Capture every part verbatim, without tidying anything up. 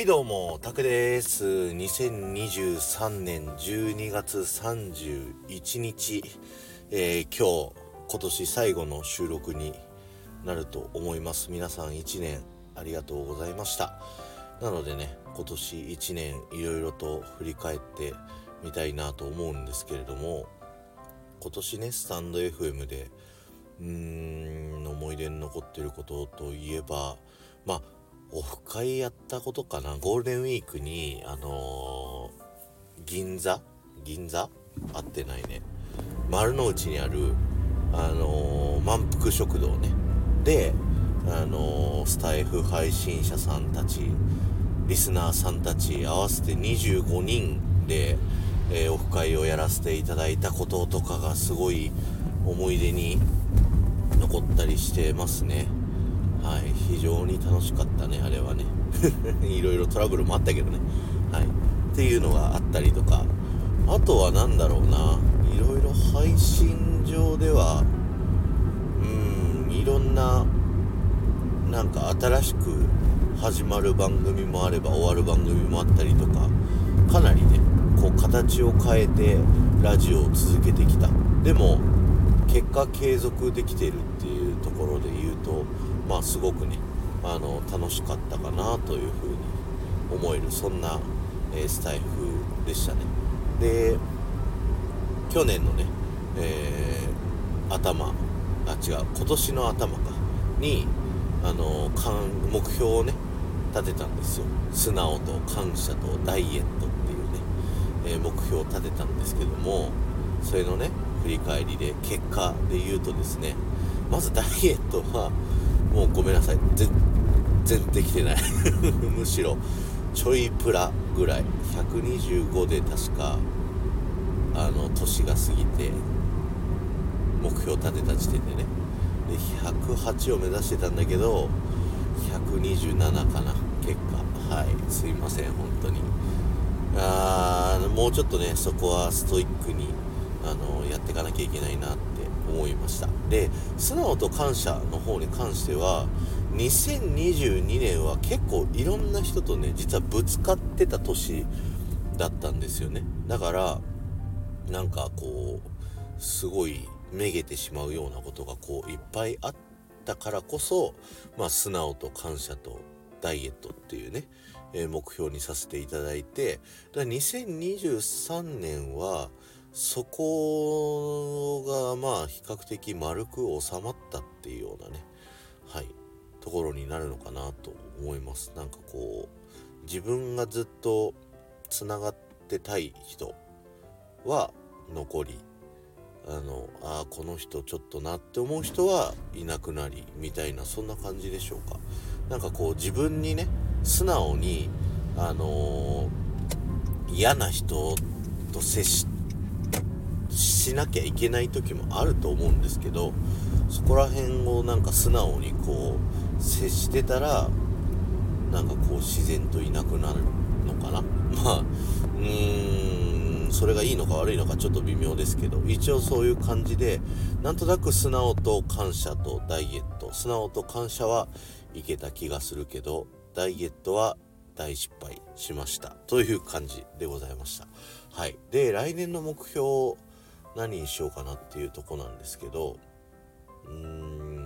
はいどうも、タクです。にせんにじゅうさんねんじゅうにがつさんじゅういちにち、えー、今日、今年最後の収録になると思います。皆さんいちねんありがとうございました。なのでね、今年いちねんいろいろと振り返ってみたいなと思うんですけれども、今年ね、スタンド エフエム でうーん思い出に残ってることといえば、まあオフ会やったことかな。ゴールデンウィークにあのー、銀座銀座合ってないね丸の内にあるあのー、満腹食堂ねで、あのー、スタイフ配信者さんたち、リスナーさんたち合わせてにじゅうごにんで、えー、オフ会をやらせていただいたこととかがすごい思い出に残ったりしてますね。はい、非常に楽しかったね、あれはね。いろいろトラブルもあったけどね。はい。っていうのがあったりとか、あとはなんだろうな、いろいろ配信上では、うーん、いろんな、なんか新しく始まる番組もあれば終わる番組もあったりとか、かなりね、こう形を変えてラジオを続けてきた。でも、結果継続できてるっていうところで言うと、まあすごくねあの楽しかったかなというふうに思える、そんな、えー、スタイフでしたね。で去年のね、えー、頭あ違う今年の頭かにあの目標をね立てたんですよ。素直と感謝とダイエットっていうね、えー、目標を立てたんですけども、それのね振り返りで結果で言うとですね、まずダイエットはもうごめんなさい、全然できてないむしろちょいプラぐらい、ひゃくにじゅうごで確かあの年が過ぎて目標立てた時点でね、でひゃくはちを目指してたんだけどひゃくにじゅうななかな、結果。はい、すいません本当に。あーもうちょっとねそこはストイックにあのやっていかなきゃいけないなって思いました。で、素直と感謝の方に関してはにせんにじゅうにねんは結構いろんな人とね実はぶつかってた年だったんですよね。だからなんかこうすごいめげてしまうようなことがこういっぱいあったからこそ、まあ素直と感謝とダイエットっていうね、えー、目標にさせていただいて、だからにせんにじゅうさんねんはそこがまあ比較的丸く収まったっていうようなね、はいところになるのかなと思います。なんかこう自分がずっとつながってたい人は残り、あのあこの人ちょっとなって思う人はいなくなりみたいな、そんな感じでしょうか。なんかこう自分にね素直にあのー、嫌な人と接ししなきゃいけない時もあると思うんですけど、そこら辺をなんか素直にこう接してたらなんかこう自然といなくなるのかな。まあうーんそれがいいのか悪いのかちょっと微妙ですけど、一応そういう感じでなんとなく素直と感謝とダイエット、素直と感謝はいけた気がするけどダイエットは大失敗しましたという感じでございました。はい。で来年の目標何にしようかなっていうとこなんですけど、うーん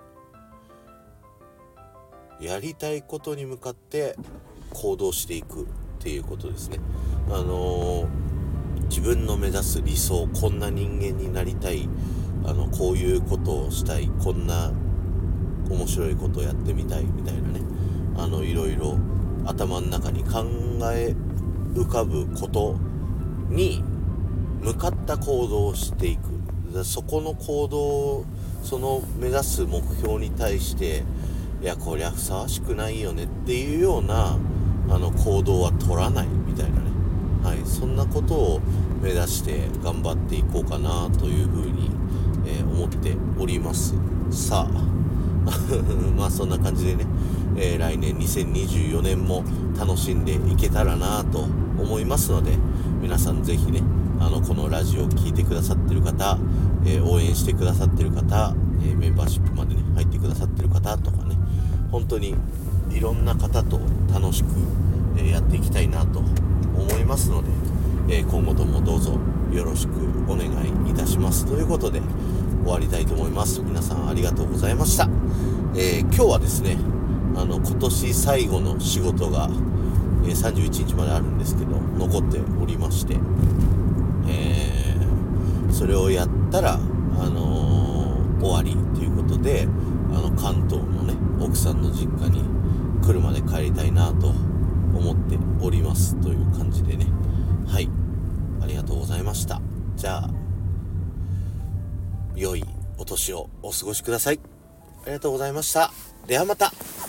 やりたいことに向かって行動していくっていうことですね。あのー、自分の目指す理想、こんな人間になりたい、あのこういうことをしたい、こんな面白いことをやってみたいみたいなね、あのいろいろ頭の中に考え浮かぶことに向かった行動をしていく。そこの行動、その目指す目標に対していやこりゃふさわしくないよねっていうようなあの行動は取らないみたいなね、はい、そんなことを目指して頑張っていこうかなというふうに、えー、思っております。さあまあそんな感じでね、えー、来年にせんにじゅうよねんも楽しんでいけたらなと思いますので、皆さんぜひねあのこのラジオを聞いてくださってる方、えー、応援してくださってる方、えー、メンバーシップまでね入ってくださってる方とかね、本当にいろんな方と楽しくえー、やっていきたいなと思いますので、えー、今後ともどうぞよろしくお願いいたしますということで終わりたいと思います。皆さんありがとうございました。えー、今日はですね、あの今年最後の仕事が、えー、さんじゅういちにちまであるんですけど残っておりまして、えー、それをやったら、あのー、終わりということで、あの関東のね奥さんの実家に車で帰りたいなと思っておりますという感じでね、はい、ありがとうございました。じゃあ良いお年をお過ごしください。ありがとうございました。ではまた。